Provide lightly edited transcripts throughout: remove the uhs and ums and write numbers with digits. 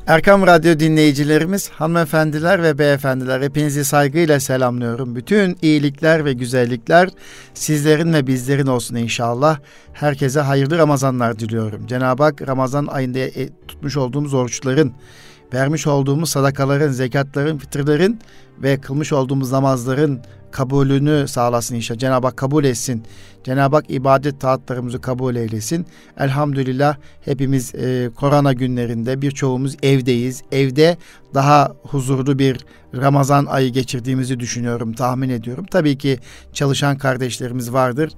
Erkam Radyo dinleyicilerimiz, hanımefendiler ve beyefendiler, hepinizi saygıyla selamlıyorum. Bütün iyilikler ve güzellikler sizlerin ve bizlerin olsun inşallah. Herkese hayırlı Ramazanlar diliyorum. Cenab-ı Hak Ramazan ayında tutmuş olduğumuz oruçların, vermiş olduğumuz sadakaların, zekatların, fıtrların ve kılmış olduğumuz namazların kabulünü sağlasın inşallah. Cenab-ı Hak kabul etsin. Cenab-ı Hak ibadet taatlarımızı kabul eylesin. Elhamdülillah hepimiz korona günlerinde birçoğumuz evdeyiz. Evde daha huzurlu bir Ramazan ayı geçirdiğimizi düşünüyorum, tahmin ediyorum. Tabii ki çalışan kardeşlerimiz vardır.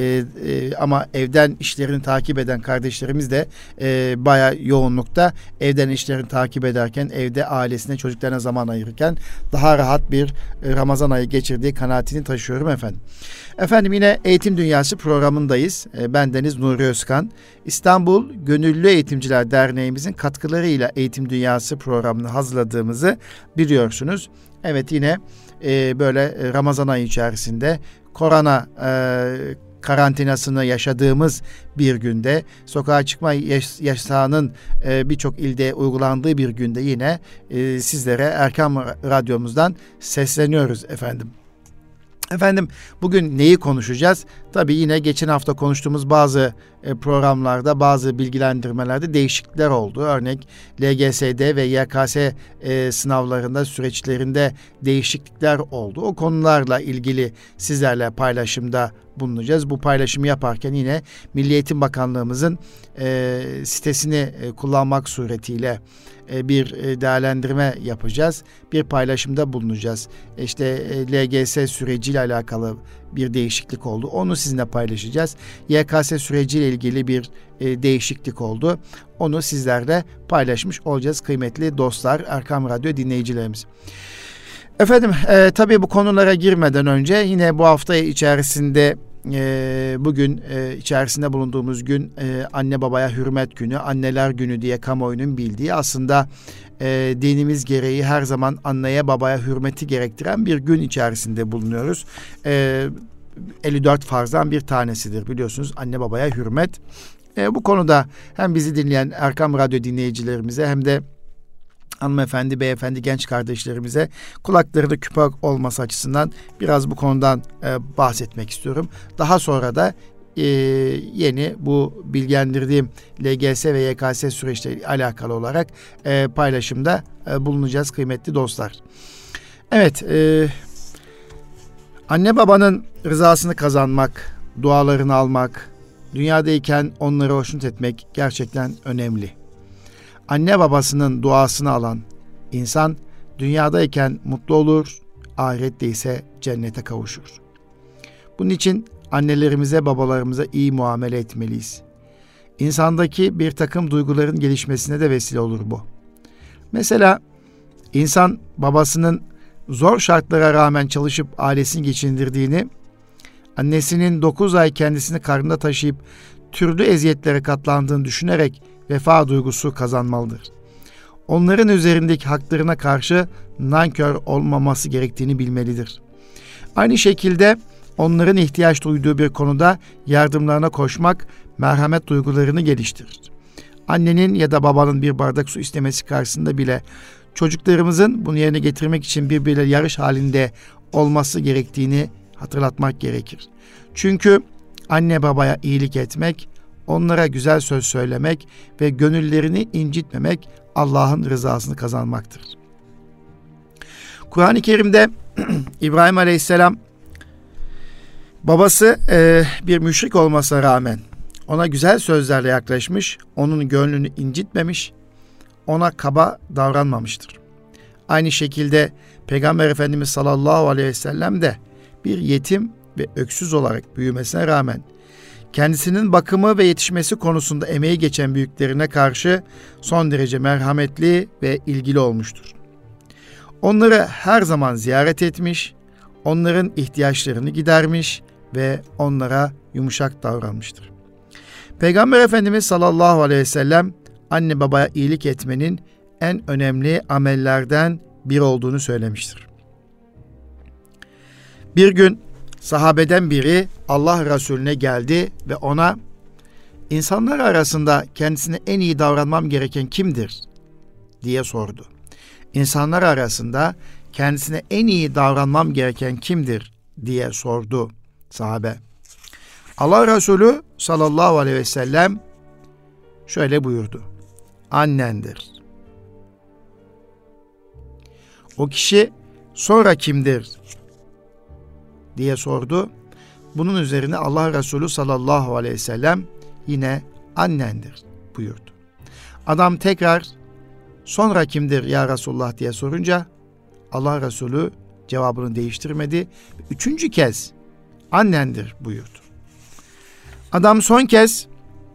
Ama evden işlerini takip eden kardeşlerimiz de bayağı yoğunlukta. Evden işlerini takip ederken, evde ailesine, çocuklarına zaman ayırırken daha rahat bir Ramazan ayı geçirdiği kanaatini taşıyorum efendim. Efendim yine Eğitim Dünyası programındayız. Bendeniz Nuri Özkan. İstanbul Gönüllü Eğitimciler Derneğimizin katkılarıyla Eğitim Dünyası programını hazırladığımızı biliyorsunuz. Evet, yine böyle Ramazan ayı içerisinde korona karantinasını yaşadığımız bir günde, sokağa çıkma yasağının birçok ilde uygulandığı bir günde yine sizlere Erkam Radyomuzdan sesleniyoruz efendim. Efendim bugün neyi konuşacağız? Tabii yine geçen hafta konuştuğumuz bazı programlarda, bazı bilgilendirmelerde değişiklikler oldu. Örnek LGS'de ve YKS sınavlarında, süreçlerinde değişiklikler oldu. O konularla ilgili sizlerle paylaşımda bulunacağız. Bu paylaşımı yaparken yine Milli Eğitim Bakanlığımızın sitesini kullanmak suretiyle bir değerlendirme yapacağız. Bir paylaşımda bulunacağız. İşte LGS süreciyle alakalı bir değişiklik oldu. Onu sizinle paylaşacağız. YKS süreciyle ilgili bir değişiklik oldu. Onu sizlerle paylaşmış olacağız kıymetli dostlar, Erkam Radyo dinleyicilerimiz. Efendim tabii bu konulara girmeden önce yine bu hafta içerisinde bugün içerisinde bulunduğumuz gün anne babaya hürmet günü, anneler günü diye kamuoyunun bildiği, aslında dinimiz gereği her zaman anneye babaya hürmeti gerektiren bir gün içerisinde bulunuyoruz. 54 farzdan bir tanesidir biliyorsunuz anne babaya hürmet. Bu konuda hem bizi dinleyen Erkam Radyo dinleyicilerimize hem de hanımefendi, beyefendi, genç kardeşlerimize kulaklarında küpe olması açısından biraz bu konudan bahsetmek istiyorum. Daha sonra da yeni bu bilgilendirdiğim LGS ve YKS süreçleriyle alakalı olarak paylaşımda bulunacağız kıymetli dostlar. Evet, anne babanın rızasını kazanmak, dualarını almak, dünyadayken onları hoşnut etmek gerçekten önemli. Anne babasının duasını alan insan dünyadayken mutlu olur, ahirette ise cennete kavuşur. Bunun için annelerimize, babalarımıza iyi muamele etmeliyiz. İnsandaki bir takım duyguların gelişmesine de vesile olur bu. Mesela insan babasının zor şartlara rağmen çalışıp ailesini geçindirdiğini, annesinin 9 ay kendisini karnında taşıyıp türlü eziyetlere katlandığını düşünerek vefa duygusu kazanmalıdır. Onların üzerindeki haklarına karşı nankör olmaması gerektiğini bilmelidir. Aynı şekilde onların ihtiyaç duyduğu bir konuda yardımlarına koşmak merhamet duygularını geliştirir. Annenin ya da babanın bir bardak su istemesi karşısında bile çocuklarımızın bunu yerine getirmek için birbirleriyle yarış halinde olması gerektiğini hatırlatmak gerekir. Çünkü anne babaya iyilik etmek, onlara güzel söz söylemek ve gönüllerini incitmemek Allah'ın rızasını kazanmaktır. Kur'an-ı Kerim'de İbrahim Aleyhisselam babası bir müşrik olmasına rağmen ona güzel sözlerle yaklaşmış, onun gönlünü incitmemiş, ona kaba davranmamıştır. Aynı şekilde Peygamber Efendimiz sallallahu aleyhi ve sellem de bir yetim ve öksüz olarak büyümesine rağmen kendisinin bakımı ve yetişmesi konusunda emeği geçen büyüklerine karşı son derece merhametli ve ilgili olmuştur. Onları her zaman ziyaret etmiş, onların ihtiyaçlarını gidermiş ve onlara yumuşak davranmıştır. Peygamber Efendimiz sallallahu aleyhi ve sellem anne babaya iyilik etmenin en önemli amellerden biri olduğunu söylemiştir. Bir gün sahabeden biri Allah Resulüne geldi ve ona "İnsanlar arasında kendisine en iyi davranmam gereken kimdir?" diye sordu. İnsanlar arasında kendisine en iyi davranmam gereken kimdir diye sordu sahabe. Allah Resulü sallallahu aleyhi ve sellem şöyle buyurdu. Annendir. O kişi sonra kimdir diye sordu. Bunun üzerine Allah Resulü sallallahu aleyhi ve sellem yine annendir buyurdu. Adam tekrar sonra kimdir ya Resulullah diye sorunca Allah Resulü cevabını değiştirmedi. Üçüncü kez annendir buyurdu. Adam son kez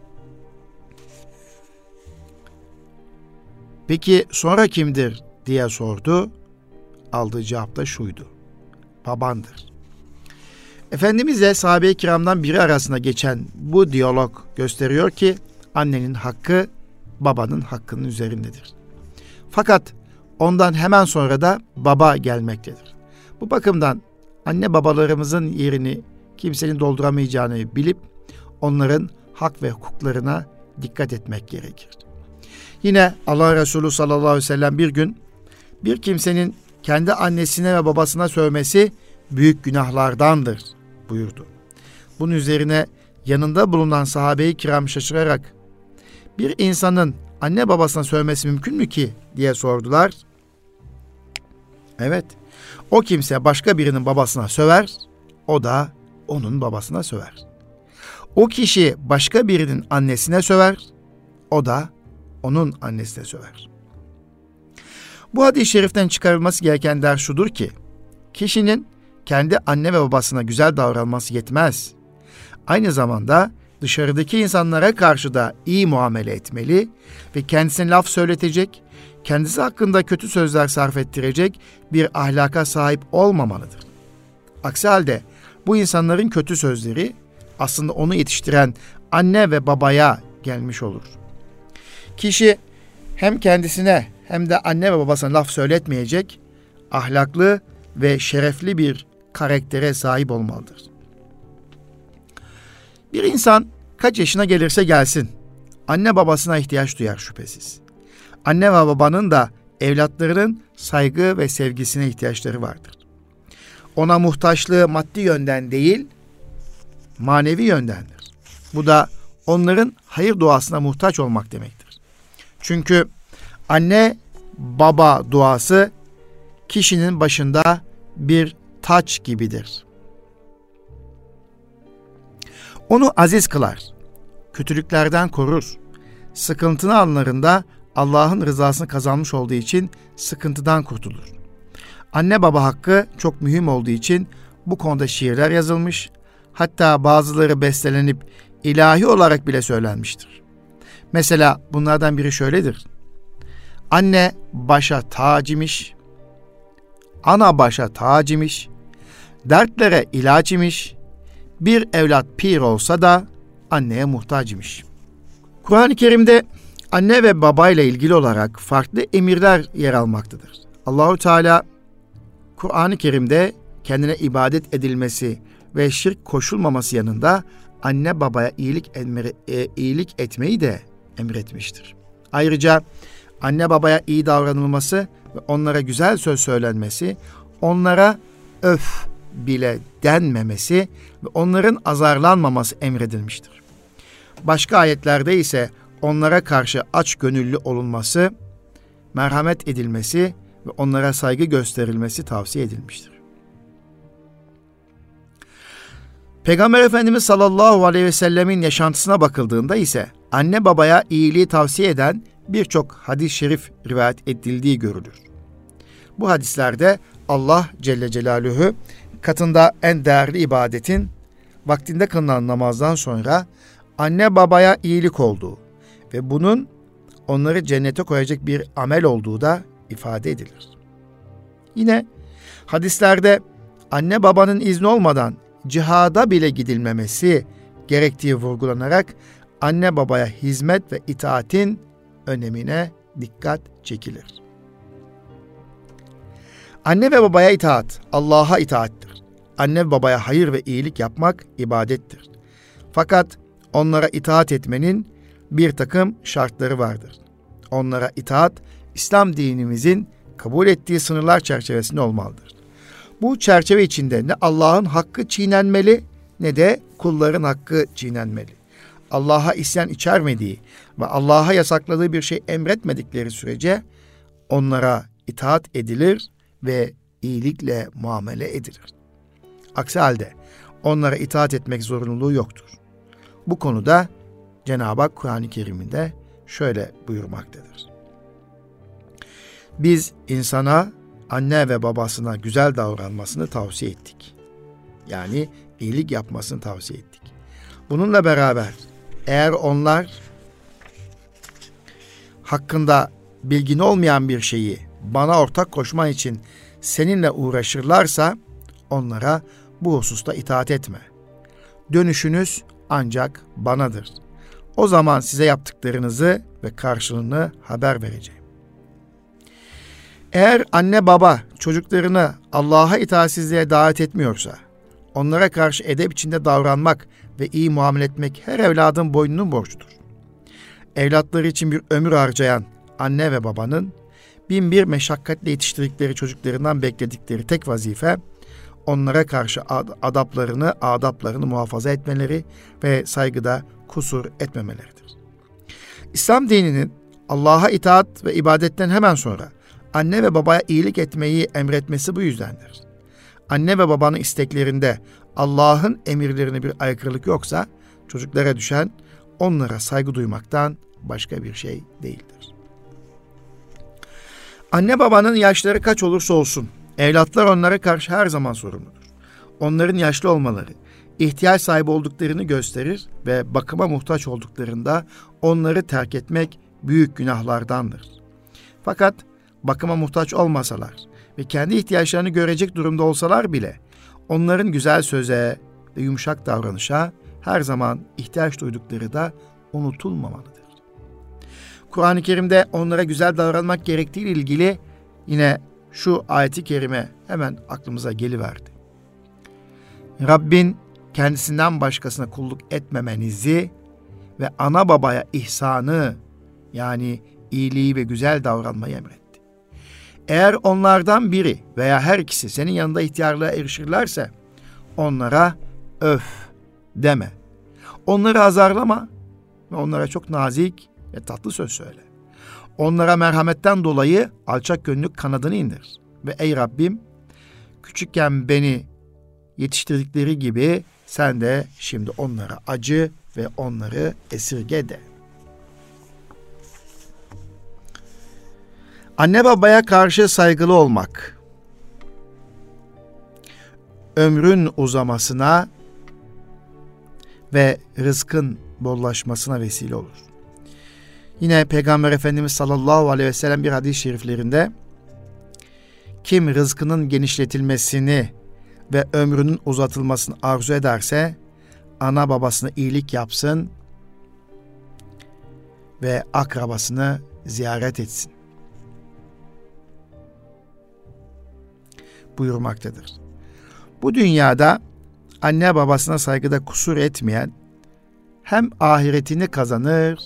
peki sonra kimdir diye sordu. Aldığı cevap da şuydu. Babandır. Efendimizle sahabe-i kiramdan biri arasında geçen bu diyalog gösteriyor ki annenin hakkı babanın hakkının üzerindedir. Fakat ondan hemen sonra da baba gelmektedir. Bu bakımdan anne babalarımızın yerini kimsenin dolduramayacağını bilip onların hak ve hukuklarına dikkat etmek gerekir. Yine Allah Resulü sallallahu aleyhi ve sellem bir gün bir kimsenin kendi annesine ve babasına sövmesi büyük günahlardandır buyurdu. Bunun üzerine yanında bulunan sahabe-i kiram şaşırarak bir insanın anne babasına sövmesi mümkün mü ki diye sordular. Evet, o kimse başka birinin babasına söver, o da onun babasına söver. O kişi başka birinin annesine söver, o da onun annesine söver. Bu hadis-i şeriften çıkarılması gereken ders şudur ki, kişinin kendi anne ve babasına güzel davranması yetmez. Aynı zamanda dışarıdaki insanlara karşı da iyi muamele etmeli ve kendisine laf söyletecek, kendisi hakkında kötü sözler sarf ettirecek bir ahlaka sahip olmamalıdır. Aksi halde bu insanların kötü sözleri aslında onu yetiştiren anne ve babaya gelmiş olur. Kişi hem kendisine hem de anne ve babasına laf söyletmeyecek, ahlaklı ve şerefli bir karaktere sahip olmalıdır. Bir insan kaç yaşına gelirse gelsin, anne babasına ihtiyaç duyar şüphesiz. Anne ve babanın da evlatlarının saygı ve sevgisine ihtiyaçları vardır. Ona muhtaçlığı maddi yönden değil, manevi yöndendir. Bu da onların hayır duasına muhtaç olmak demektir. Çünkü anne baba duası kişinin başında bir taç gibidir. Onu aziz kılar, kötülüklerden korur, sıkıntılı anlarında Allah'ın rızasını kazanmış olduğu için sıkıntıdan kurtulur. Anne baba hakkı çok mühim olduğu için bu konuda şiirler yazılmış, hatta bazıları bestelenip ilahi olarak bile söylenmiştir. Mesela bunlardan biri şöyledir. Anne başa tac imiş, ana başa tac imiş, dertlere ilaç imiş, bir evlat pir olsa da anneye muhtaç imiş. Kur'an-ı Kerim'de anne ve babayla ilgili olarak farklı emirler yer almaktadır. Allahu Teala Kur'an-ı Kerim'de kendine ibadet edilmesi ve şirk koşulmaması yanında anne babaya iyilik etmeyi de emretmiştir. Ayrıca anne babaya iyi davranılması ve onlara güzel söz söylenmesi, onlara öf bile denmemesi ve onların azarlanmaması emredilmiştir. Başka ayetlerde ise onlara karşı açgönüllü olunması, merhamet edilmesi ve onlara saygı gösterilmesi tavsiye edilmiştir. Peygamber Efendimiz sallallahu aleyhi ve sellemin yaşantısına bakıldığında ise anne babaya iyiliği tavsiye eden birçok hadis-i şerif rivayet edildiği görülür. Bu hadislerde Allah Celle Celaluhu katında en değerli ibadetin vaktinde kılınan namazdan sonra anne babaya iyilik olduğu ve bunun onları cennete koyacak bir amel olduğu da ifade edilir. Yine hadislerde anne babanın izni olmadan cihada bile gidilmemesi gerektiği vurgulanarak anne babaya hizmet ve itaatin önemine dikkat çekilir. Anne ve babaya itaat, Allah'a itaattir. Anne ve babaya hayır ve iyilik yapmak ibadettir. Fakat onlara itaat etmenin bir takım şartları vardır. Onlara itaat, İslam dinimizin kabul ettiği sınırlar çerçevesinde olmalıdır. Bu çerçeve içinde ne Allah'ın hakkı çiğnenmeli ne de kulların hakkı çiğnenmeli. Allah'a isyan içermediği ve Allah'a yasakladığı bir şey emretmedikleri sürece onlara itaat edilir ve iyilikle muamele edilir. Aksi halde onlara itaat etmek zorunluluğu yoktur. Bu konuda Cenab-ı Hak Kur'an-ı Kerim'inde şöyle buyurmaktadır. Biz insana anne ve babasına güzel davranmasını tavsiye ettik. Yani iyilik yapmasını tavsiye ettik. Bununla beraber eğer onlar hakkında bilgin olmayan bir şeyi bana ortak koşman için seninle uğraşırlarsa onlara bu hususta itaat etme. Dönüşünüz ancak banadır. O zaman size yaptıklarınızı ve karşılığını haber vereceğim. Eğer anne baba çocuklarını Allah'a itaatsizliğe davet etmiyorsa, onlara karşı edep içinde davranmak ve iyi muamele etmek her evladın boynunun borcudur. Evlatları için bir ömür harcayan anne ve babanın bin bir meşakkatle yetiştirdikleri çocuklarından bekledikleri tek vazife, onlara karşı adaplarını muhafaza etmeleri ve saygıda kusur etmemeleridir. İslam dininin Allah'a itaat ve ibadetten hemen sonra anne ve babaya iyilik etmeyi emretmesi bu yüzdendir. Anne ve babanın isteklerinde Allah'ın emirlerine bir aykırılık yoksa çocuklara düşen onlara saygı duymaktan başka bir şey değildir. Anne babanın yaşları kaç olursa olsun evlatlar onlara karşı her zaman sorumludur. Onların yaşlı olmaları, ihtiyaç sahibi olduklarını gösterir ve bakıma muhtaç olduklarında onları terk etmek büyük günahlardandır. Fakat bakıma muhtaç olmasalar ve kendi ihtiyaçlarını görecek durumda olsalar bile onların güzel söze ve yumuşak davranışa her zaman ihtiyaç duydukları da unutulmamalıdır. Kur'an-ı Kerim'de onlara güzel davranmak gerektiği ile ilgili yine şu ayeti kerime hemen aklımıza geliverdi. Rabbin kendisinden başkasına kulluk etmemenizi ve ana babaya ihsanı yani iyiliği ve güzel davranmayı emretti. Eğer onlardan biri veya her ikisi senin yanında ihtiyarlığa erişirlerse onlara öf deme. Onları azarlama ve onlara çok nazik ve tatlı söz söyle. Onlara merhametten dolayı alçak gönüllük kanadını indir. Ve ey Rabbim küçükken beni yetiştirdikleri gibi sen de şimdi onlara acı ve onları esirge de. Anne babaya karşı saygılı olmak, ömrün uzamasına ve rızkın bollaşmasına vesile olur. Yine Peygamber Efendimiz sallallahu aleyhi ve sellem bir hadis-i şeriflerinde kim rızkının genişletilmesini ve ömrünün uzatılmasını arzu ederse ana babasına iyilik yapsın ve akrabasını ziyaret etsin buyurmaktadır. Bu dünyada anne babasına saygıda kusur etmeyen hem ahiretini kazanır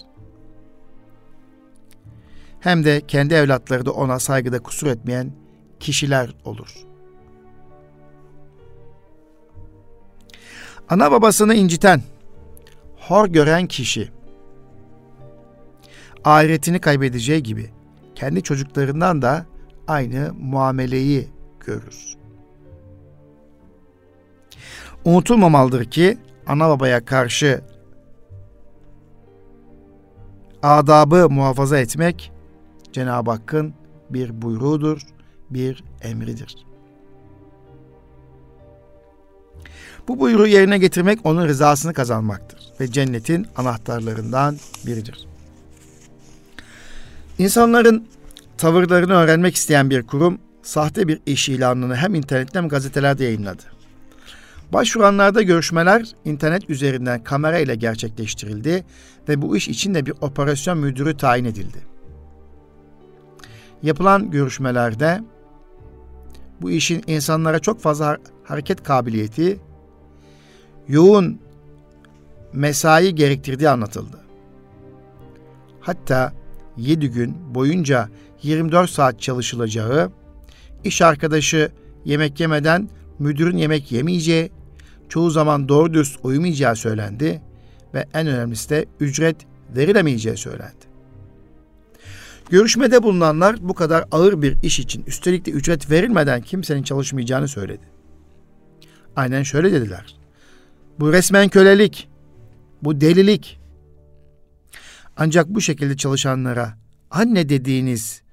hem de kendi evlatları da ona saygıda kusur etmeyen kişiler olur. Ana babasını inciten, hor gören kişi ahiretini kaybedeceği gibi kendi çocuklarından da aynı muameleyi görür. Unutulmamalıdır ki ana babaya karşı adabı muhafaza etmek Cenab-ı Hakk'ın bir buyruğudur, bir emridir. Bu buyruğu yerine getirmek onun rızasını kazanmaktır ve cennetin anahtarlarından biridir. İnsanların tavırlarını öğrenmek isteyen bir kurum sahte bir iş ilanını hem internette hem gazetelerde yayınladı. Başvuranlarda görüşmeler internet üzerinden kamera ile gerçekleştirildi ve bu iş için de bir operasyon müdürü tayin edildi. Yapılan görüşmelerde bu işin insanlara çok fazla hareket kabiliyeti, yoğun mesai gerektirdiği anlatıldı. Hatta 7 gün boyunca 24 saat çalışılacağı, iş arkadaşı yemek yemeden müdürün yemek yemeyeceği, çoğu zaman doğru dürüst uyumayacağı söylendi ve en önemlisi de ücret verilemeyeceği söylendi. Görüşmede bulunanlar bu kadar ağır bir iş için üstelik de ücret verilmeden kimsenin çalışmayacağını söyledi. Aynen şöyle dediler: bu resmen kölelik, bu delilik. Ancak bu şekilde çalışanlara anne dediğimiz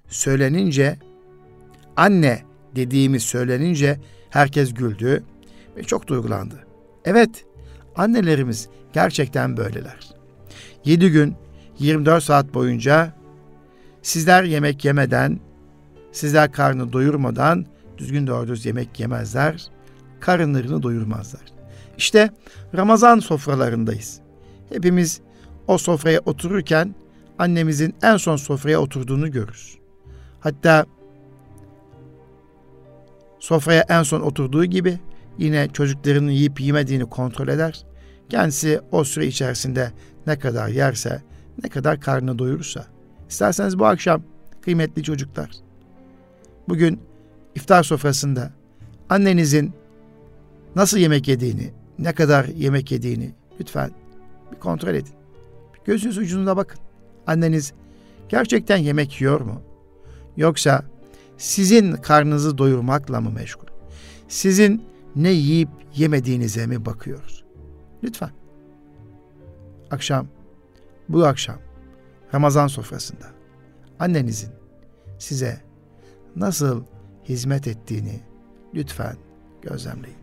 söylenince herkes güldü ve çok duygulandı. Evet, annelerimiz gerçekten böyleler. 7 gün 24 saat boyunca sizler yemek yemeden, sizler karnını doyurmadan düzgün doğru düz yemek yemezler, karınlarını doyurmazlar. İşte Ramazan sofralarındayız. Hepimiz o sofraya otururken annemizin en son sofraya oturduğunu görürüz. Hatta sofraya en son oturduğu gibi yine çocuklarının yiyip yemediğini kontrol eder. Kendisi o süre içerisinde ne kadar yerse, ne kadar karnını doyurursa. İsterseniz bu akşam kıymetli çocuklar, bugün iftar sofrasında annenizin nasıl yemek yediğini, ne kadar yemek yediğini lütfen bir kontrol edin. Gözünüz ucunda bakın. Anneniz gerçekten yemek yiyor mu? Yoksa sizin karnınızı doyurmakla mı meşgul? Sizin ne yiyip yemediğinize mi bakıyoruz? Lütfen. Bu akşam Ramazan sofrasında annenizin size nasıl hizmet ettiğini lütfen gözlemleyin.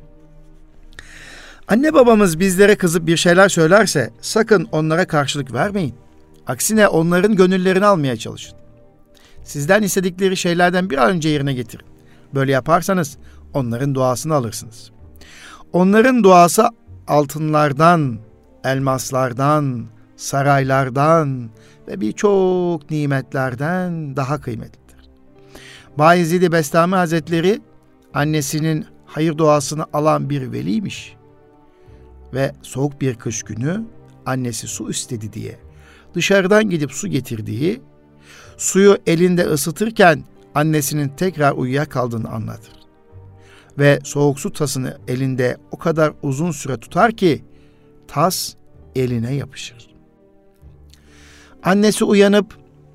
Anne babamız bizlere kızıp bir şeyler söylerse sakın onlara karşılık vermeyin. Aksine onların gönüllerini almaya çalışın. Sizden istedikleri şeylerden bir an önce yerine getirin. Böyle yaparsanız onların duasını alırsınız. Onların duası altınlardan, elmaslardan, saraylardan ve birçok nimetlerden daha kıymetlidir. Bayezid-i Bestami Hazretleri annesinin hayır duasını alan bir veliymiş. Ve soğuk bir kış günü annesi su istedi diye dışarıdan gidip su getirdiği, suyu elinde ısıtırken annesinin tekrar uyuyakaldığını anlatır. Ve soğuk su tasını elinde o kadar uzun süre tutar ki tas eline yapışır. Annesi uyanıp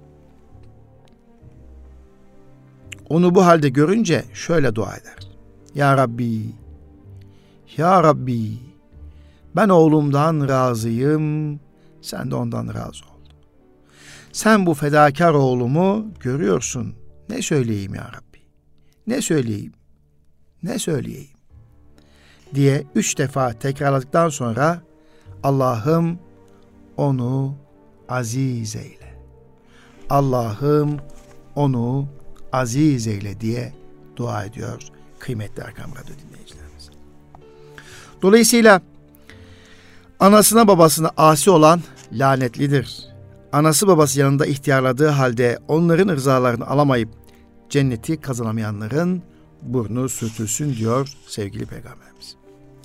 onu bu halde görünce şöyle dua eder: Ya Rabbi, Ya Rabbi, ben oğlumdan razıyım, sen de ondan razı ol. Sen bu fedakar oğlumu görüyorsun. Ne söyleyeyim ya Rabbi? Ne söyleyeyim? Ne söyleyeyim? Diye 3 defa tekrarladıktan sonra Allah'ım onu aziz eyle. Allah'ım onu aziz eyle diye dua ediyor kıymetli Erkam Radyo dinleyicilerimiz. Dolayısıyla anasına babasına asi olan lanetlidir. Anası babası yanında ihtiyarladığı halde onların rızalarını alamayıp cenneti kazanamayanların burnu sürtülsün diyor sevgili Peygamberimiz.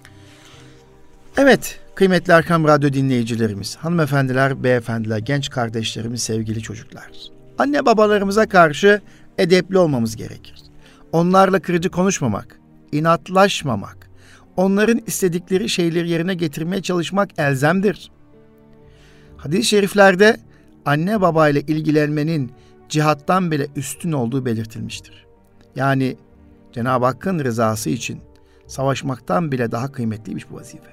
Evet kıymetli Erkam Radyo dinleyicilerimiz, hanımefendiler, beyefendiler, genç kardeşlerimiz, sevgili çocuklar. Anne babalarımıza karşı edepli olmamız gerekir. Onlarla kırıcı konuşmamak, inatlaşmamak, onların istedikleri şeyleri yerine getirmeye çalışmak elzemdir. Hadis-i şeriflerde anne babayla ilgilenmenin cihattan bile üstün olduğu belirtilmiştir. Yani Cenab-ı Hakk'ın rızası için savaşmaktan bile daha kıymetliymiş bu vazife.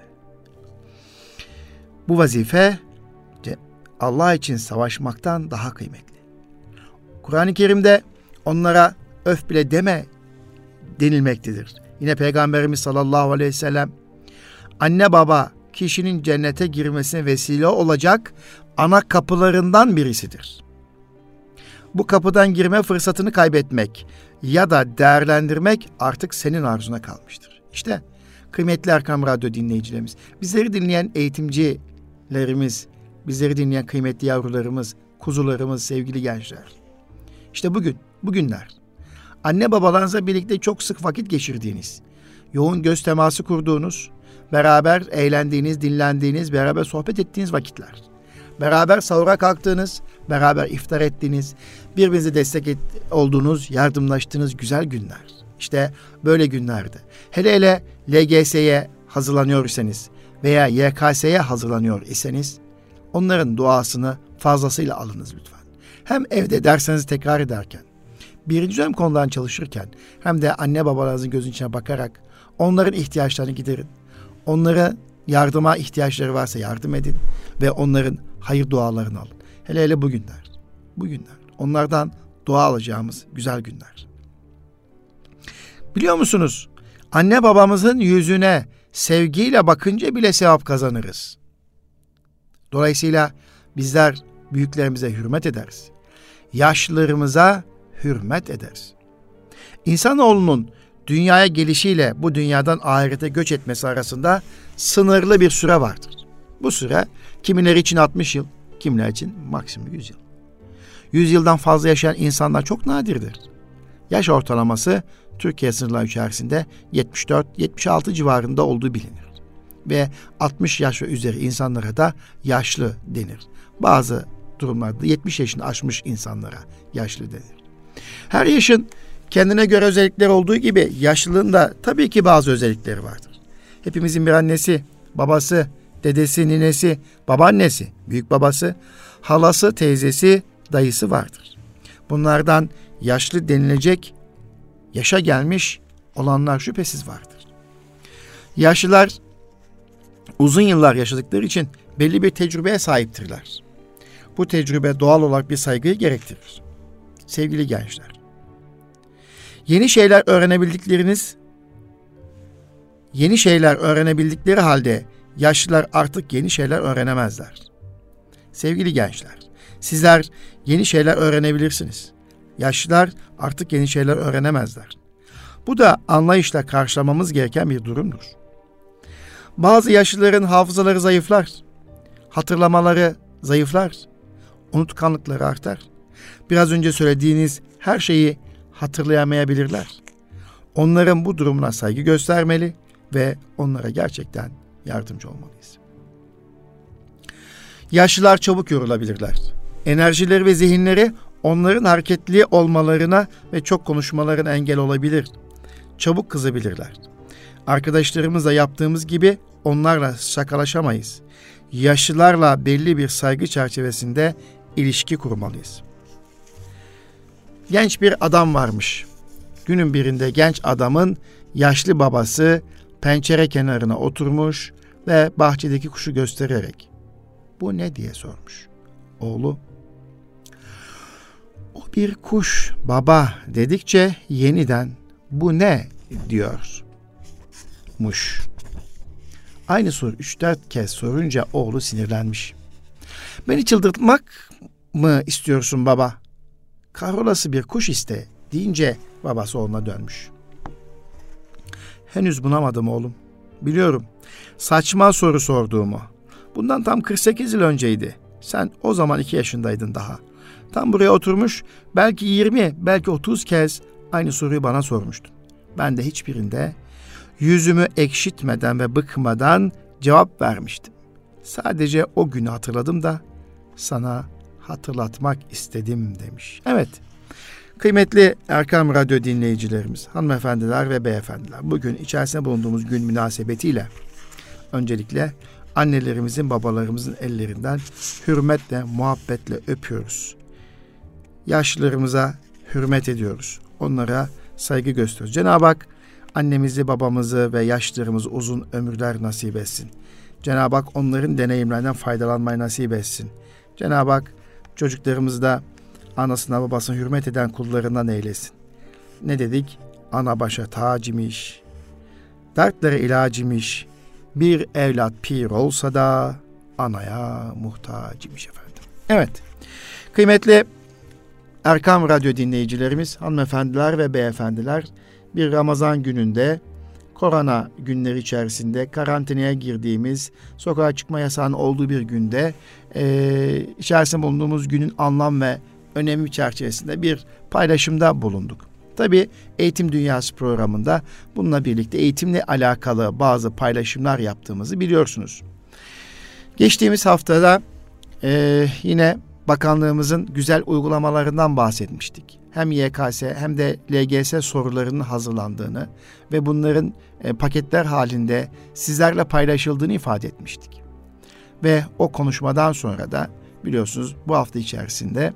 Bu vazife Allah için savaşmaktan daha kıymetli. Kur'an-ı Kerim'de onlara öf bile deme denilmektedir. Yine Peygamberimiz sallallahu aleyhi ve sellem anne baba kişinin cennete girmesine vesile olacak ana kapılarından birisidir. Bu kapıdan girme fırsatını kaybetmek ya da değerlendirmek artık senin arzuna kalmıştır. İşte kıymetli Erkam Radyo dinleyicilerimiz, bizleri dinleyen eğitimcilerimiz, bizleri dinleyen kıymetli yavrularımız, kuzularımız, sevgili gençler. İşte bugünler anne babalarınızla birlikte çok sık vakit geçirdiğiniz, yoğun göz teması kurduğunuz, beraber eğlendiğiniz, dinlendiğiniz, beraber sohbet ettiğiniz vakitler. Beraber sahura kalktığınız, beraber iftar ettiğiniz, birbirinize destek olduğunuz, yardımlaştığınız güzel günler. İşte böyle günlerde. Hele hele LGS'ye hazırlanıyor iseniz veya YKS'ye hazırlanıyor iseniz onların duasını fazlasıyla alınız lütfen. Hem evde derslerinizi tekrar ederken, birinci dönem konularını çalışırken hem de anne babalarınızın gözünün içine bakarak onların ihtiyaçlarını giderin. Onlara yardıma ihtiyaçları varsa yardım edin ve onların hayır dualarını alın. Hele hele bu günler. Bu günler. Onlardan dua alacağımız güzel günler. Biliyor musunuz? Anne babamızın yüzüne sevgiyle bakınca bile sevap kazanırız. Dolayısıyla bizler büyüklerimize hürmet ederiz. Yaşlılarımıza hürmet ederiz. İnsanoğlunun dünyaya gelişiyle bu dünyadan ahirete göç etmesi arasında sınırlı bir süre vardır. Bu süre kimileri için 60 yıl, kimileri için maksimum 100 yıl. 100 yıldan fazla yaşayan insanlar çok nadirdir. Yaş ortalaması Türkiye sınırları içerisinde 74-76 civarında olduğu bilinir. Ve 60 yaş ve üzeri insanlara da yaşlı denir. Bazı durumlarda 70 yaşını aşmış insanlara yaşlı denir. Her yaşın kendine göre özellikleri olduğu gibi yaşlılığın da tabii ki bazı özellikleri vardır. Hepimizin bir annesi, babası, dedesi, ninesi, babaannesi, büyük babası, halası, teyzesi, dayısı vardır. Bunlardan yaşlı denilecek, yaşa gelmiş olanlar şüphesiz vardır. Yaşlılar uzun yıllar yaşadıkları için belli bir tecrübeye sahiptirler. Bu tecrübe doğal olarak bir saygıyı gerektirir. Sevgili gençler, yeni şeyler öğrenebildikleri halde yaşlılar artık yeni şeyler öğrenemezler. Sevgili gençler, sizler yeni şeyler öğrenebilirsiniz. Yaşlılar artık yeni şeyler öğrenemezler. Bu da anlayışla karşılamamız gereken bir durumdur. Bazı yaşlıların hafızaları zayıflar, hatırlamaları zayıflar, unutkanlıkları artar. Biraz önce söylediğiniz her şeyi hatırlayamayabilirler. Onların bu durumuna saygı göstermeli ve onlara gerçekten yardımcı olmalıyız. Yaşlılar çabuk yorulabilirler. Enerjileri ve zihinleri onların hareketli olmalarına ve çok konuşmalarına engel olabilir. Çabuk kızabilirler. Arkadaşlarımızla yaptığımız gibi onlarla şakalaşamayız. Yaşlılarla belli bir saygı çerçevesinde ilişki kurmalıyız. Genç bir adam varmış. Günün birinde genç adamın yaşlı babası pencere kenarına oturmuş ve bahçedeki kuşu göstererek "Bu ne?" diye sormuş. Oğlu "O bir kuş baba" dedikçe yeniden "Bu ne?" diyormuş. Aynı soru 3-4 kez sorunca oğlu sinirlenmiş. "Beni çıldırtmak mı istiyorsun baba? Kahrolası bir kuş iste" deyince babası oğluna dönmüş. "Henüz bunamadım oğlum. Biliyorum. Saçma soru sorduğumu. Bundan tam 48 yıl önceydi. Sen o zaman 2 yaşındaydın daha. Tam buraya oturmuş belki 20, belki 30 kez aynı soruyu bana sormuştun. Ben de hiçbirinde yüzümü ekşitmeden ve bıkmadan cevap vermiştim. Sadece o günü hatırladım da sana hatırlatmak istedim" demiş. Evet, kıymetli Erkam Radyo dinleyicilerimiz, hanımefendiler ve beyefendiler, bugün içerisinde bulunduğumuz gün münasebetiyle öncelikle annelerimizin, babalarımızın ellerinden hürmetle, muhabbetle öpüyoruz. Yaşlılarımıza hürmet ediyoruz. Onlara saygı gösteriyoruz. Cenab-ı Hak annemizi, babamızı ve yaşlılarımızı uzun ömürler nasip etsin. Cenab-ı Hak onların deneyimlerinden faydalanmayı nasip etsin. Cenab-ı Hak çocuklarımızı da anasına babasına hürmet eden kullarından eylesin. Ne dedik? Ana başa tac imiş, dertlere ilaç imiş, bir evlat pir olsa da anaya muhtaç imiş efendim. Evet, kıymetli Erkam Radyo dinleyicilerimiz, hanımefendiler ve beyefendiler, bir Ramazan gününde, korona günleri içerisinde karantinaya girdiğimiz, sokağa çıkma yasağının olduğu bir günde içerisinde bulunduğumuz günün anlam ve önemi çerçevesinde bir paylaşımda bulunduk. Tabii Eğitim Dünyası programında bununla birlikte eğitimle alakalı bazı paylaşımlar yaptığımızı biliyorsunuz. Geçtiğimiz haftada yine bakanlığımızın güzel uygulamalarından bahsetmiştik. Hem YKS hem de LGS sorularının hazırlandığını ve bunların paketler halinde sizlerle paylaşıldığını ifade etmiştik. Ve o konuşmadan sonra da biliyorsunuz bu hafta içerisinde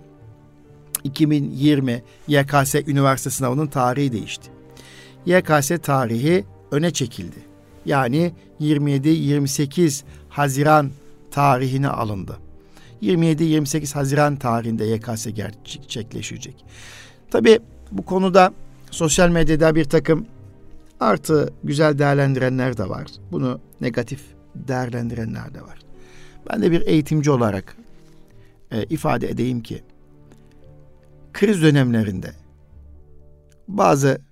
2020 YKS üniversite sınavının tarihi değişti. YKS tarihi öne çekildi. Yani 27-28 Haziran tarihine alındı. 27-28 Haziran tarihinde YKS gerçekleşecek. Tabii bu konuda sosyal medyada bir takım artı güzel değerlendirenler de var. Bunu negatif değerlendirenler de var. Ben de bir eğitimci olarak ifade edeyim ki kriz dönemlerinde bazı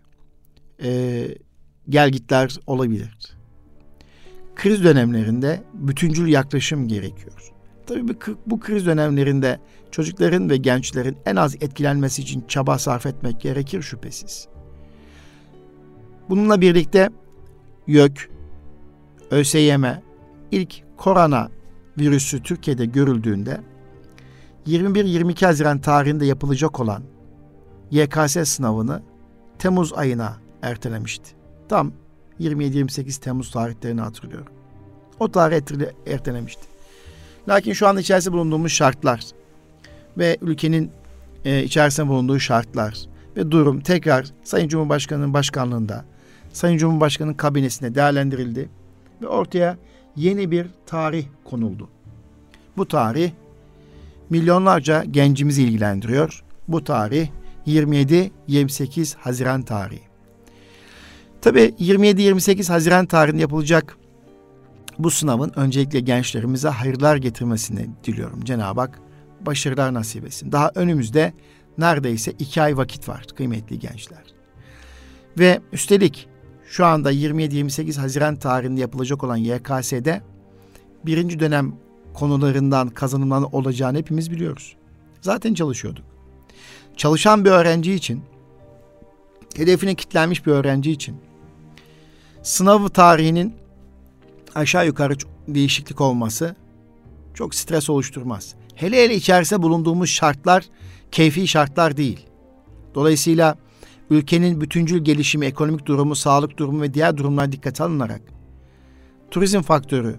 gelgitler olabilir. Kriz dönemlerinde bütüncül yaklaşım gerekiyor. Tabii bu kriz dönemlerinde çocukların ve gençlerin en az etkilenmesi için çaba sarf etmek gerekir şüphesiz. Bununla birlikte YÖK, ÖSYM ilk korona virüsü Türkiye'de görüldüğünde 21-22 Haziran tarihinde yapılacak olan YKS sınavını Temmuz ayına ertelemişti. Tam 27-28 Temmuz tarihlerini hatırlıyorum. O tarih ertelemişti. Lakin şu an içerisinde bulunduğumuz şartlar ve ülkenin içerisinde bulunduğu şartlar ve durum tekrar Sayın Cumhurbaşkanı'nın başkanlığında, Sayın Cumhurbaşkanı'nın kabinesinde değerlendirildi ve ortaya yeni bir tarih konuldu. Bu tarih milyonlarca gencimizi ilgilendiriyor. Bu tarih 27-28 Haziran tarihi. Tabii 27-28 Haziran tarihinde yapılacak bu sınavın öncelikle gençlerimize hayırlar getirmesini diliyorum. Cenab-ı Hak başarılar nasip etsin. Daha önümüzde neredeyse 2 ay vakit var kıymetli gençler. Ve üstelik şu anda 27-28 Haziran tarihinde yapılacak olan YKS'de birinci dönem konularından kazanımların olacağını hepimiz biliyoruz. Zaten çalışıyorduk. Çalışan bir öğrenci için, hedefine kilitlenmiş bir öğrenci için sınav tarihinin aşağı yukarı değişiklik olması çok stres oluşturmaz. Hele içerisinde bulunduğumuz şartlar keyfi şartlar değil. Dolayısıyla ülkenin bütüncül gelişimi, ekonomik durumu, sağlık durumu ve diğer durumlar dikkate alınarak turizm faktörü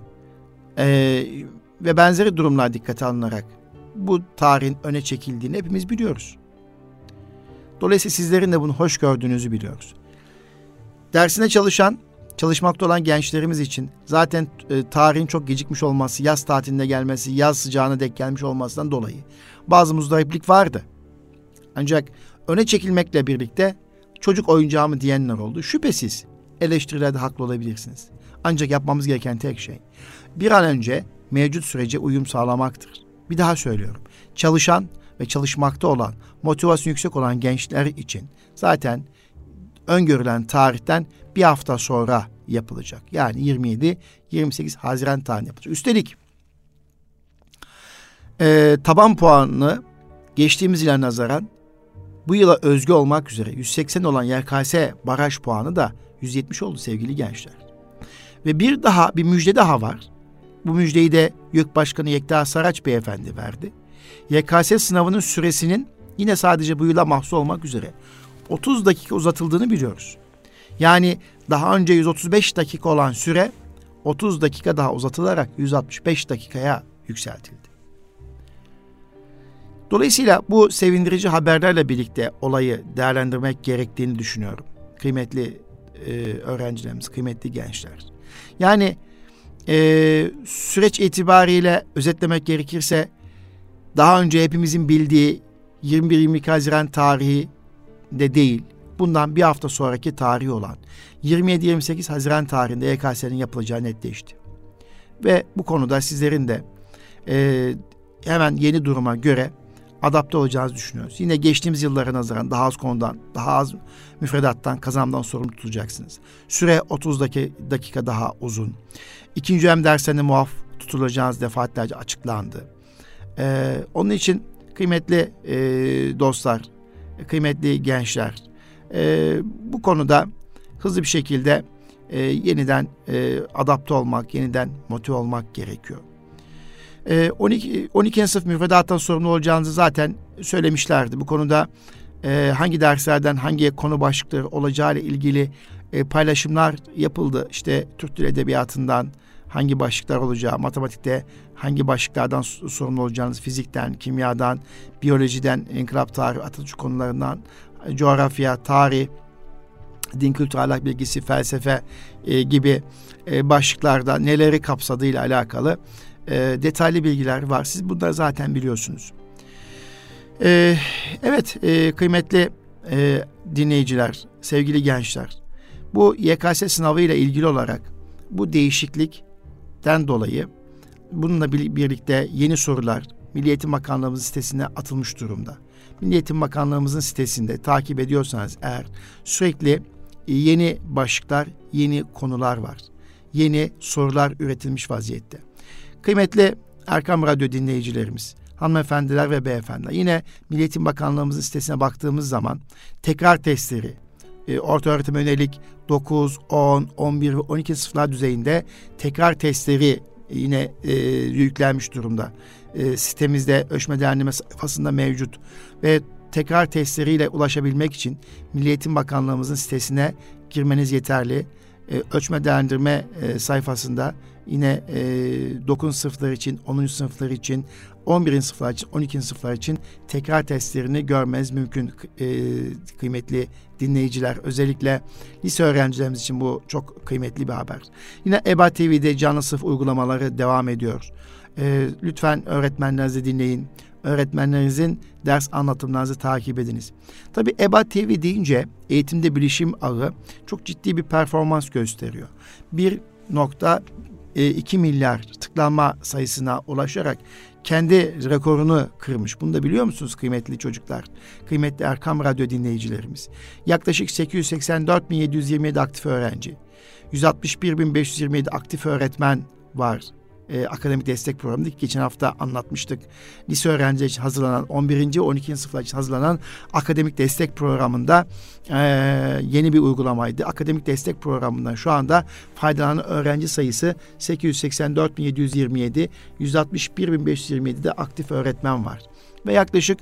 ve benzeri durumlar dikkate alınarak bu tarihin öne çekildiğini hepimiz biliyoruz. Dolayısıyla sizlerin de bunu hoş gördüğünüzü biliyoruz. Dersine çalışmakta olan gençlerimiz için zaten tarihin çok gecikmiş olması, yaz tatilinde gelmesi, yaz sıcağına denk gelmiş olmasından dolayı bazı muzdariplik vardı. Ancak öne çekilmekle birlikte çocuk oyuncağı mı diyenler oldu. Şüphesiz eleştirilerde haklı olabilirsiniz. Ancak yapmamız gereken tek şey bir an önce mevcut sürece uyum sağlamaktır. Bir daha söylüyorum. Çalışan ve çalışmakta olan, motivasyonu yüksek olan gençler için zaten öngörülen tarihten bir hafta sonra yapılacak. Yani 27-28 Haziran tarihinde yapılacak. Üstelik taban puanını geçtiğimiz yıla nazaran bu yıla özgü olmak üzere 180 olan YKS baraj puanı da 170 oldu sevgili gençler. Ve bir müjde daha var. Bu müjdeyi de YÖK Başkanı Yekta Saraç Beyefendi verdi. YKS sınavının süresinin yine sadece bu yıla mahsus olmak üzere 30 dakika uzatıldığını biliyoruz. Yani daha önce 135 dakika olan süre 30 dakika daha uzatılarak 165 dakikaya yükseltildi. Dolayısıyla bu sevindirici haberlerle birlikte olayı değerlendirmek gerektiğini düşünüyorum. Kıymetli öğrencilerimiz, kıymetli gençler. Yani süreç itibariyle özetlemek gerekirse daha önce hepimizin bildiği 21-22 Haziran tarihi de değil, bundan bir hafta sonraki tarihi olan 27-28 Haziran tarihinde YKS'nin yapılacağı netleşti. Ve bu konuda sizlerin de hemen yeni duruma göre adapte olacağınızı düşünüyoruz. Yine geçtiğimiz yıllara nazaran daha az konudan, daha az müfredattan, kazanımdan sorumlu tutulacaksınız. Süre 30 dakika daha uzun. İkinci dönem derslerine muaf tutulacağınız defaatlerce açıklandı. Onun için kıymetli dostlar, kıymetli gençler, bu konuda hızlı bir şekilde yeniden adapte olmak, yeniden motive olmak gerekiyor. 12. sınıf müfredattan sorumlu olacağınızı zaten söylemişlerdi. Bu konuda hangi derslerden hangi konu başlıkları olacağı ile ilgili paylaşımlar yapıldı. İşte Türk Dili Edebiyatı'ndan hangi başlıklar olacağı, matematikte hangi başlıklardan sorumlu olacağınız, fizikten, kimyadan, biyolojiden, inkılap tarihi, Atatürk konularından, coğrafya, tarih, din kültür ahlak bilgisi, felsefe gibi başlıklarda neleri kapsadığıyla alakalı detaylı bilgiler var. Siz bunları zaten biliyorsunuz. Evet, kıymetli dinleyiciler, sevgili gençler, bu YKS sınavıyla ilgili olarak bu değişiklikten dolayı bununla birlikte yeni sorular Milli Eğitim Bakanlığımızın sitesine atılmış durumda. Milli Eğitim Bakanlığımızın sitesinde takip ediyorsanız eğer sürekli yeni başlıklar, yeni konular var. Yeni sorular üretilmiş vaziyette. Kıymetli Erkam Radyo dinleyicilerimiz, hanımefendiler ve beyefendiler, yine Milli Eğitim Bakanlığımızın sitesine baktığımız zaman tekrar testleri, orta öğretime yönelik 9, 10, 11 ve 12 sınıflar düzeyinde tekrar testleri yine yüklenmiş durumda. Sitemizde ölçme değerlendirme sayfasında mevcut ve tekrar testleriyle ulaşabilmek için Milli Eğitim Bakanlığımızın sitesine girmeniz yeterli. Ölçme değerlendirme sayfasında yine 9. sınıflar için, 10. sınıflar için, 11. sınıflar için, 12. sınıflar için tekrar testlerini görmeniz mümkün kıymetli dinleyiciler. Özellikle lise öğrencilerimiz için bu çok kıymetli bir haber. Yine EBA TV'de canlı sınıf uygulamaları devam ediyor. Lütfen öğretmenlerinizi dinleyin. Öğretmenlerinizin ders anlatımlarınızı takip ediniz. Tabii EBA TV deyince eğitimde bilişim ağı çok ciddi bir performans gösteriyor. 1.2 milyar tıklanma sayısına ulaşarak kendi rekorunu kırmış. Bunu da biliyor musunuz kıymetli çocuklar? Kıymetli Erkam Radyo dinleyicilerimiz. Yaklaşık 884.727 aktif öğrenci, 161.527 aktif öğretmen var. Akademik destek programında geçen hafta anlatmıştık. Lise öğrencileri için hazırlanan 11. ve 12. sınıflar için hazırlanan akademik destek programında yeni bir uygulamaydı. Akademik destek programından şu anda faydalanan öğrenci sayısı 884.727, 161.527 de aktif öğretmen var. Ve yaklaşık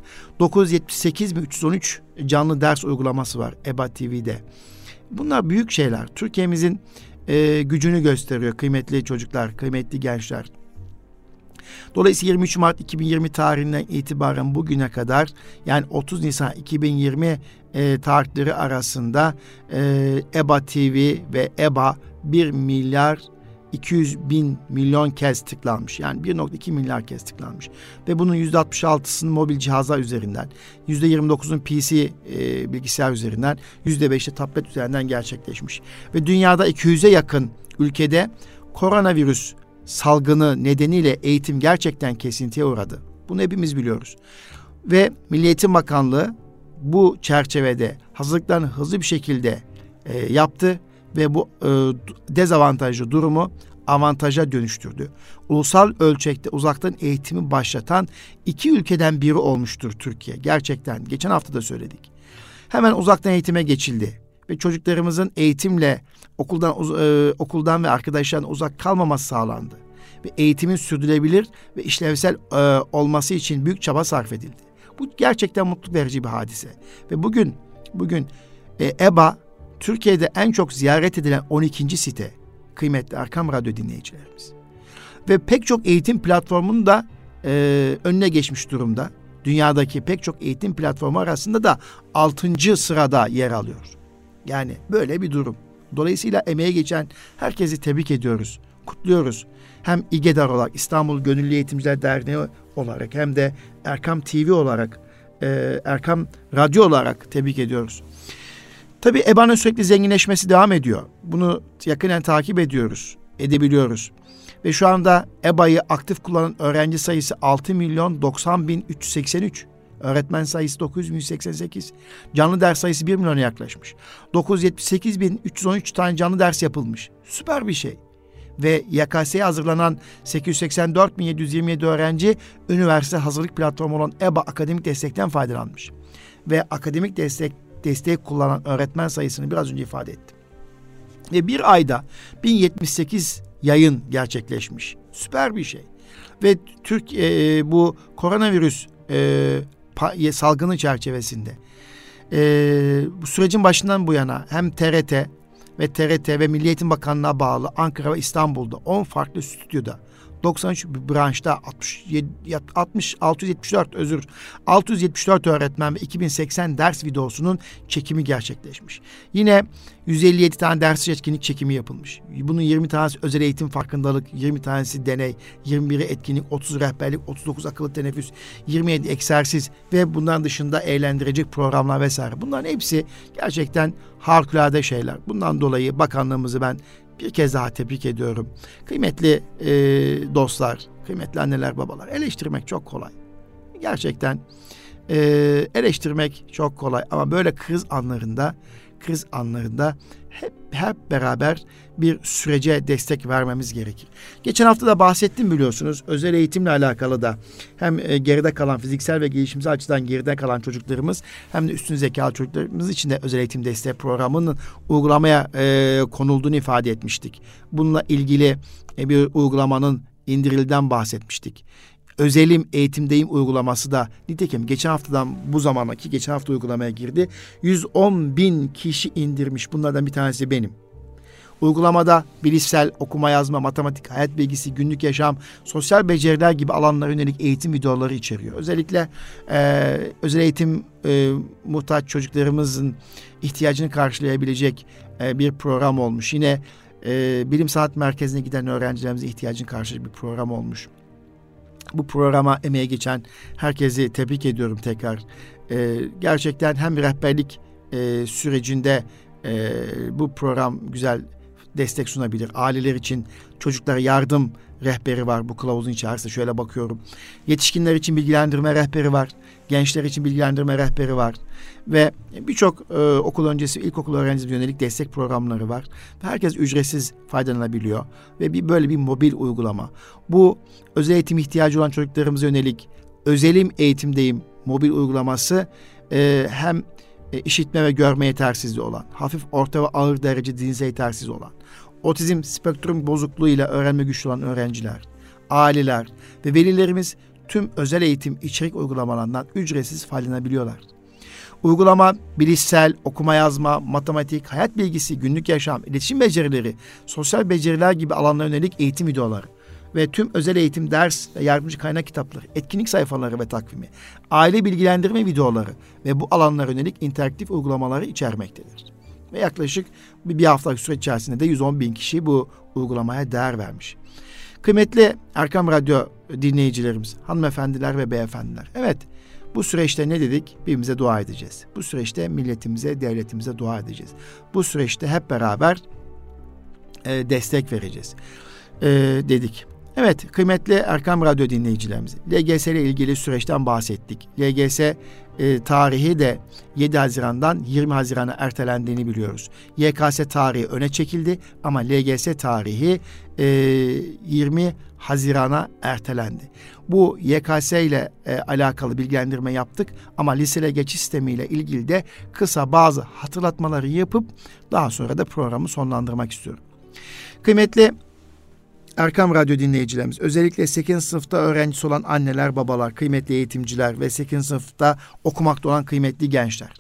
978.313 canlı ders uygulaması var EBA TV'de. Bunlar büyük şeyler. Türkiye'mizin gücünü gösteriyor kıymetli çocuklar, kıymetli gençler. Dolayısıyla 23 Mart 2020 tarihinden itibaren bugüne kadar, yani 30 Nisan 2020 tarihleri arasında EBA TV ve EBA 1 milyar 200 bin milyon kez tıklanmış. Yani 1.2 milyar kez tıklanmış. Ve bunun %66'sının mobil cihazlar üzerinden, %29'un PC bilgisayar üzerinden, %5'i tablet üzerinden gerçekleşmiş. Ve dünyada 200'e yakın ülkede koronavirüs salgını nedeniyle eğitim gerçekten kesintiye uğradı. Bunu hepimiz biliyoruz. Ve Milli Eğitim Bakanlığı bu çerçevede hazırlıklarını hızlı bir şekilde yaptı ve bu dezavantajlı durumu avantaja dönüştürdü. Ulusal ölçekte uzaktan eğitimi başlatan 2 ülkeden biri olmuştur Türkiye. Gerçekten geçen hafta da söyledik. Hemen uzaktan eğitime geçildi ve çocuklarımızın eğitimle okuldan ve arkadaşlarından uzak kalmaması sağlandı. Ve eğitimin sürdürülebilir ve işlevsel olması için büyük çaba sarf edildi. Bu gerçekten mutluluk verici bir hadise. Ve bugün EBA Türkiye'de en çok ziyaret edilen 12. site, kıymetli Erkam Radyo dinleyicilerimiz. Ve pek çok eğitim platformunun da önüne geçmiş durumda. Dünyadaki pek çok eğitim platformu arasında da 6. sırada yer alıyor. Yani böyle bir durum. Dolayısıyla emeğe geçen herkesi tebrik ediyoruz, kutluyoruz. Hem İGEDAR olarak, İstanbul Gönüllü Eğitimciler Derneği olarak, hem de Erkam TV olarak, Erkam Radyo olarak tebrik ediyoruz. Tabii EBA'nın sürekli zenginleşmesi devam ediyor. Bunu yakinen takip edebiliyoruz. Ve şu anda EBA'yı aktif kullanan öğrenci sayısı 6.090.383. Öğretmen sayısı 9.188. Canlı ders sayısı 1 milyona yaklaşmış. 978.313 tane canlı ders yapılmış. Süper bir şey. Ve YKS'ye hazırlanan 884.727 öğrenci üniversite hazırlık platformu olan EBA akademik destekten faydalanmış. Ve akademik desteği kullanan öğretmen sayısını biraz önce ifade ettim. Ve bir ayda 1078 yayın gerçekleşmiş. Süper bir şey. Ve bu koronavirüs salgını çerçevesinde bu sürecin başından bu yana hem TRT ve Milli Eğitim Bakanlığı'na bağlı Ankara ve İstanbul'da 10 farklı stüdyoda 93 branşta 674 öğretmen ve 2080 ders videosunun çekimi gerçekleşmiş. Yine 157 tane ders etkinlik çekimi yapılmış. Bunun 20 tanesi özel eğitim farkındalık, 20 tanesi deney, 21'i etkinlik, 30 rehberlik, 39 akıllı teneffüs, 27 egzersiz ve bunların dışında eğlendirecek programlar vesaire. Bunların hepsi gerçekten harikulade şeyler. Bundan dolayı bakanlığımızı ben bir kez daha tebrik ediyorum. Kıymetli dostlar, kıymetli anneler, babalar, eleştirmek çok kolay. Gerçekten eleştirmek çok kolay ama böyle kriz anlarında hep beraber bir sürece destek vermemiz gerekir. Geçen hafta da bahsettim biliyorsunuz. Özel eğitimle alakalı da hem geride kalan, fiziksel ve gelişimsel açıdan geride kalan çocuklarımız hem de üstün zekalı çocuklarımız için de özel eğitim desteği programının uygulamaya konulduğunu ifade etmiştik. Bununla ilgili bir uygulamanın indirilden bahsetmiştik. Özelim eğitimdeyim uygulaması da nitekim geçen hafta uygulamaya girdi. 110.000 kişi indirmiş. Bunlardan bir tanesi benim. Uygulamada bilişsel, okuma yazma, matematik, hayat bilgisi, günlük yaşam, sosyal beceriler gibi alanlara yönelik eğitim videoları içeriyor. Özellikle özel eğitim muhtaç çocuklarımızın ihtiyacını karşılayabilecek bir program olmuş. Yine bilim sanat merkezine giden öğrencilerimizin ihtiyacını karşılayacak bir program olmuş. Bu programa emeğe geçen herkesi tebrik ediyorum tekrar. Gerçekten hem rehberlik sürecinde bu program güzel destek sunabilir. Aileler için çocuklara yardım rehberi var bu kılavuzun içerisinde. Şöyle bakıyorum. Yetişkinler için bilgilendirme rehberi var. Gençler için bilgilendirme rehberi var. Ve birçok okul öncesi, ilkokul öğrencisi yönelik destek programları var. Herkes ücretsiz faydalanabiliyor. Ve böyle bir mobil uygulama. Bu özel eğitim ihtiyacı olan çocuklarımıza yönelik özelim eğitimdeyim mobil uygulaması hem işitme ve görme yetersizliği olan, hafif, orta ve ağır derece zihinsel yetersizliği olan, otizm spektrum bozukluğuyla öğrenme güçlü olan öğrenciler, aileler ve velilerimiz tüm özel eğitim içerik uygulamalarından ücretsiz faydalanabiliyorlar. Uygulama bilişsel, okuma yazma, matematik, hayat bilgisi, günlük yaşam, iletişim becerileri, sosyal beceriler gibi alanlara yönelik eğitim videoları ve tüm özel eğitim ders ve yardımcı kaynak kitapları, etkinlik sayfaları ve takvimi, aile bilgilendirme videoları ve bu alanlara yönelik interaktif uygulamaları içermektedir. Ve yaklaşık bir haftalık süre içerisinde de 110.000 kişi bu uygulamaya değer vermiş. Kıymetli Erkam Radyo dinleyicilerimiz, hanımefendiler ve beyefendiler. Evet, bu süreçte ne dedik? Birbirimize dua edeceğiz. Bu süreçte milletimize, devletimize dua edeceğiz. Bu süreçte hep beraber destek vereceğiz dedik. Evet, kıymetli Erkam Radyo dinleyicilerimiz, LGS ile ilgili süreçten bahsettik. LGS tarihi de 7 Haziran'dan 20 Haziran'a ertelendiğini biliyoruz. YKS tarihi öne çekildi ama LGS tarihi 20 Haziran'a ertelendi. Bu YKS ile alakalı bilgilendirme yaptık ama liseye geçiş sistemiyle ilgili de kısa bazı hatırlatmaları yapıp daha sonra da programı sonlandırmak istiyorum. Kıymetli Erkam Radyo dinleyicilerimiz, özellikle 8. sınıfta öğrencisi olan anneler, babalar, kıymetli eğitimciler ve 8. sınıfta okumakta olan kıymetli gençler.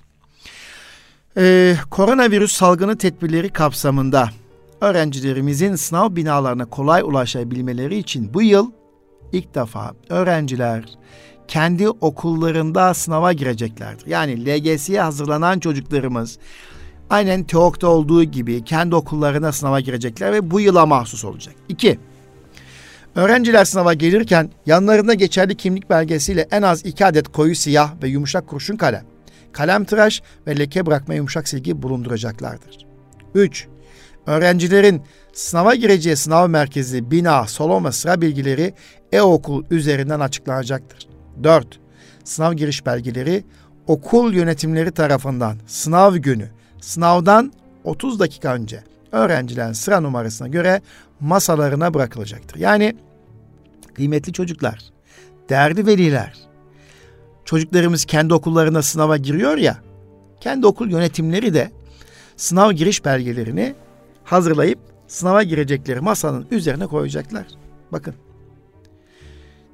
Koronavirüs salgını tedbirleri kapsamında öğrencilerimizin sınav binalarına kolay ulaşabilmeleri için bu yıl ilk defa öğrenciler kendi okullarında sınava gireceklerdir. Yani LGS'ye hazırlanan çocuklarımız aynen TEOK'ta olduğu gibi kendi okullarına sınava girecekler ve bu yıla mahsus olacak. 2. Öğrenciler sınava gelirken yanlarında geçerli kimlik belgesiyle en az 2 adet koyu siyah ve yumuşak kurşun kalem, kalem tıraş ve leke bırakma yumuşak silgi bulunduracaklardır. 3. Öğrencilerin sınava gireceği sınav merkezi, bina, salon ve sıra bilgileri e-okul üzerinden açıklanacaktır. 4. Sınav giriş belgeleri okul yönetimleri tarafından sınav günü, sınavdan 30 dakika önce öğrencilerin sıra numarasına göre masalarına bırakılacaktır. Yani kıymetli çocuklar, değerli veliler, çocuklarımız kendi okullarına sınava giriyor ya, kendi okul yönetimleri de sınav giriş belgelerini hazırlayıp sınava girecekleri masanın üzerine koyacaklar. Bakın,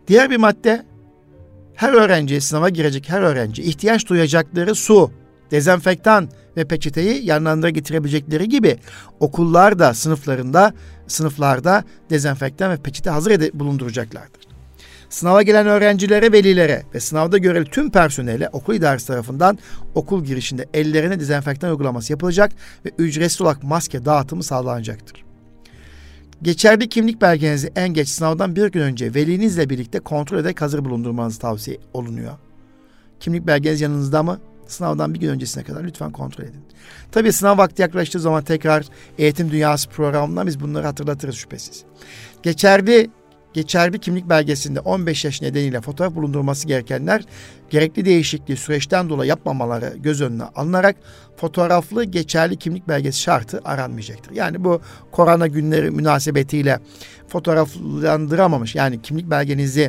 Diğer bir madde, her öğrenci, sınava girecek her öğrenci ihtiyaç duyacakları su, dezenfektan ve peçeteyi yanlarında getirebilecekleri gibi okullar da sınıflarda dezenfektan ve peçete hazır bulunduracaklardır. Sınava gelen öğrencilere, velilere ve sınavda görevli tüm personele okul idaresi tarafından okul girişinde ellerine dezenfektan uygulaması yapılacak ve ücretsiz olarak maske dağıtımı sağlanacaktır. Geçerli kimlik belgenizi en geç sınavdan bir gün önce velinizle birlikte kontrol ederek hazır bulundurmanız tavsiye olunuyor. Kimlik belgeniz yanınızda mı? Sınavdan bir gün öncesine kadar lütfen kontrol edin. Tabii sınav vakti yaklaştığı zaman tekrar Eğitim Dünyası programından biz bunları hatırlatırız şüphesiz. Geçerli kimlik belgesinde 15 yaş nedeniyle fotoğraf bulundurması gerekenler gerekli değişikliği süreçten dolayı yapmamaları göz önüne alınarak fotoğraflı geçerli kimlik belgesi şartı aranmayacaktır. Yani bu korona günleri münasebetiyle fotoğraflandıramamış, yani kimlik belgenizi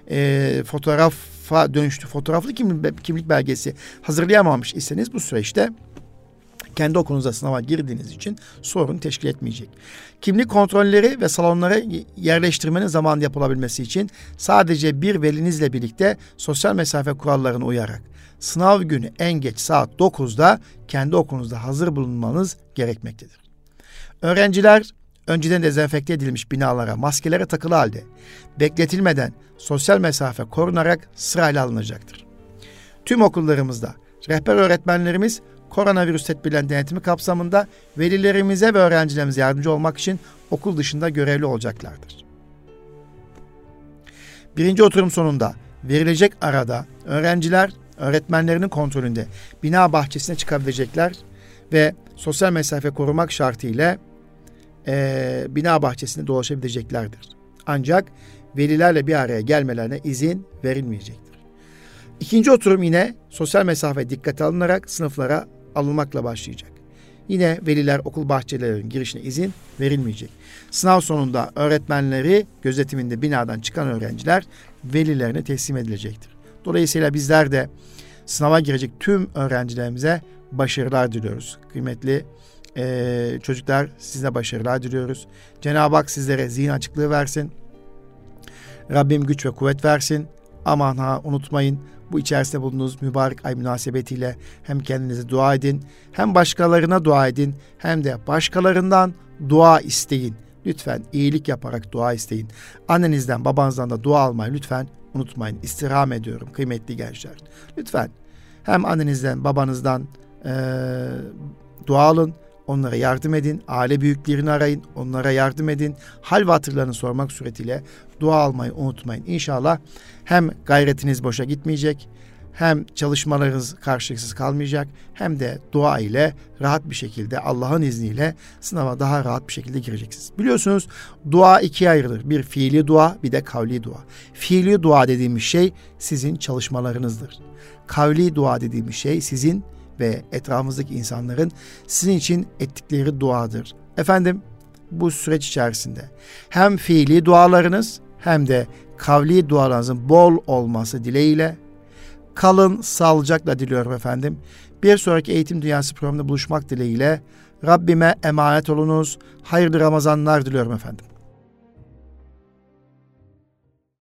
fotoğraflı kimlik belgesi hazırlayamamış iseniz bu süreçte kendi okulunuza sınava girdiğiniz için sorun teşkil etmeyecek. Kimlik kontrolleri ve salonlara yerleştirmenin zamanında yapılabilmesi için sadece bir velinizle birlikte sosyal mesafe kurallarına uyarak sınav günü en geç saat 9'da kendi okulunuzda hazır bulunmanız gerekmektedir. Öğrenciler önceden dezenfekte edilmiş binalara, maskelere takılı halde bekletilmeden sosyal mesafe korunarak sırayla alınacaktır. Tüm okullarımızda rehber öğretmenlerimiz koronavirüs tedbirlerinin denetimi kapsamında velilerimize ve öğrencilerimize yardımcı olmak için okul dışında görevli olacaklardır. Birinci oturum sonunda verilecek arada öğrenciler öğretmenlerinin kontrolünde bina bahçesine çıkabilecekler ve sosyal mesafe korumak şartıyla bina bahçesinde dolaşabileceklerdir. Ancak velilerle bir araya gelmelerine izin verilmeyecektir. İkinci oturum yine sosyal mesafe dikkate alınarak sınıflara alınmakla başlayacak. Yine veliler okul bahçelerinin girişine izin verilmeyecek. Sınav sonunda öğretmenleri gözetiminde binadan çıkan öğrenciler velilerine teslim edilecektir. Dolayısıyla bizler de sınava girecek tüm öğrencilerimize başarılar diliyoruz. Kıymetli çocuklar, size başarılar diliyoruz. Cenab-ı Hak sizlere zihin açıklığı versin. Rabbim güç ve kuvvet versin. Aman ha unutmayın, bu içerisinde bulunduğunuz mübarek ay münasebetiyle hem kendinize dua edin, hem başkalarına dua edin, hem de başkalarından dua isteyin. Lütfen iyilik yaparak dua isteyin. Annenizden, babanızdan da dua almayı lütfen unutmayın. İstirham ediyorum kıymetli gençler. Lütfen hem annenizden, babanızdan dua alın, onlara yardım edin, aile büyüklerini arayın, onlara yardım edin. Hal ve hatırlarını sormak suretiyle dua almayı unutmayın. İnşallah hem gayretiniz boşa gitmeyecek, hem çalışmalarınız karşılıksız kalmayacak, hem de dua ile rahat bir şekilde Allah'ın izniyle sınava daha rahat bir şekilde gireceksiniz. Biliyorsunuz dua ikiye ayrılır. Bir fiili dua, bir de kavli dua. Fiili dua dediğimiz şey sizin çalışmalarınızdır. Kavli dua dediğimiz şey sizin ve etrafınızdaki insanların sizin için ettikleri duadır. Efendim, bu süreç içerisinde hem fiili dualarınız hem de kavli dualarınızın bol olması dileğiyle kalın sağlıcakla diliyorum efendim. Bir sonraki Eğitim Dünyası programında buluşmak dileğiyle Rabbime emanet olunuz. Hayırlı Ramazanlar diliyorum efendim.